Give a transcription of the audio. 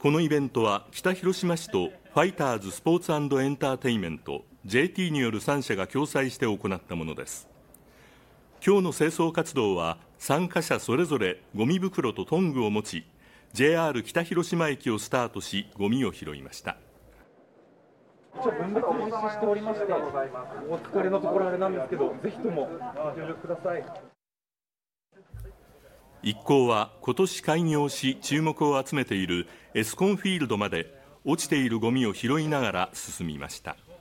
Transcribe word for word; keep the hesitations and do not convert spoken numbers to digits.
このイベントは北広島市とファイターズスポーツ&エンターテインメント ジェーティー によるさん社が共催して行ったものです。今日の清掃活動は参加者それぞれゴミ袋とトングを持ち ジェイアール 北広島駅をスタートしゴミを拾いました。 一応分別を実施しておりまして、お疲れのところあれなんですけど、ぜひともご協力ください。 一行は今年開業し注目を集めているエスコンフィールドまで落ちているゴミを拾いながら進みました。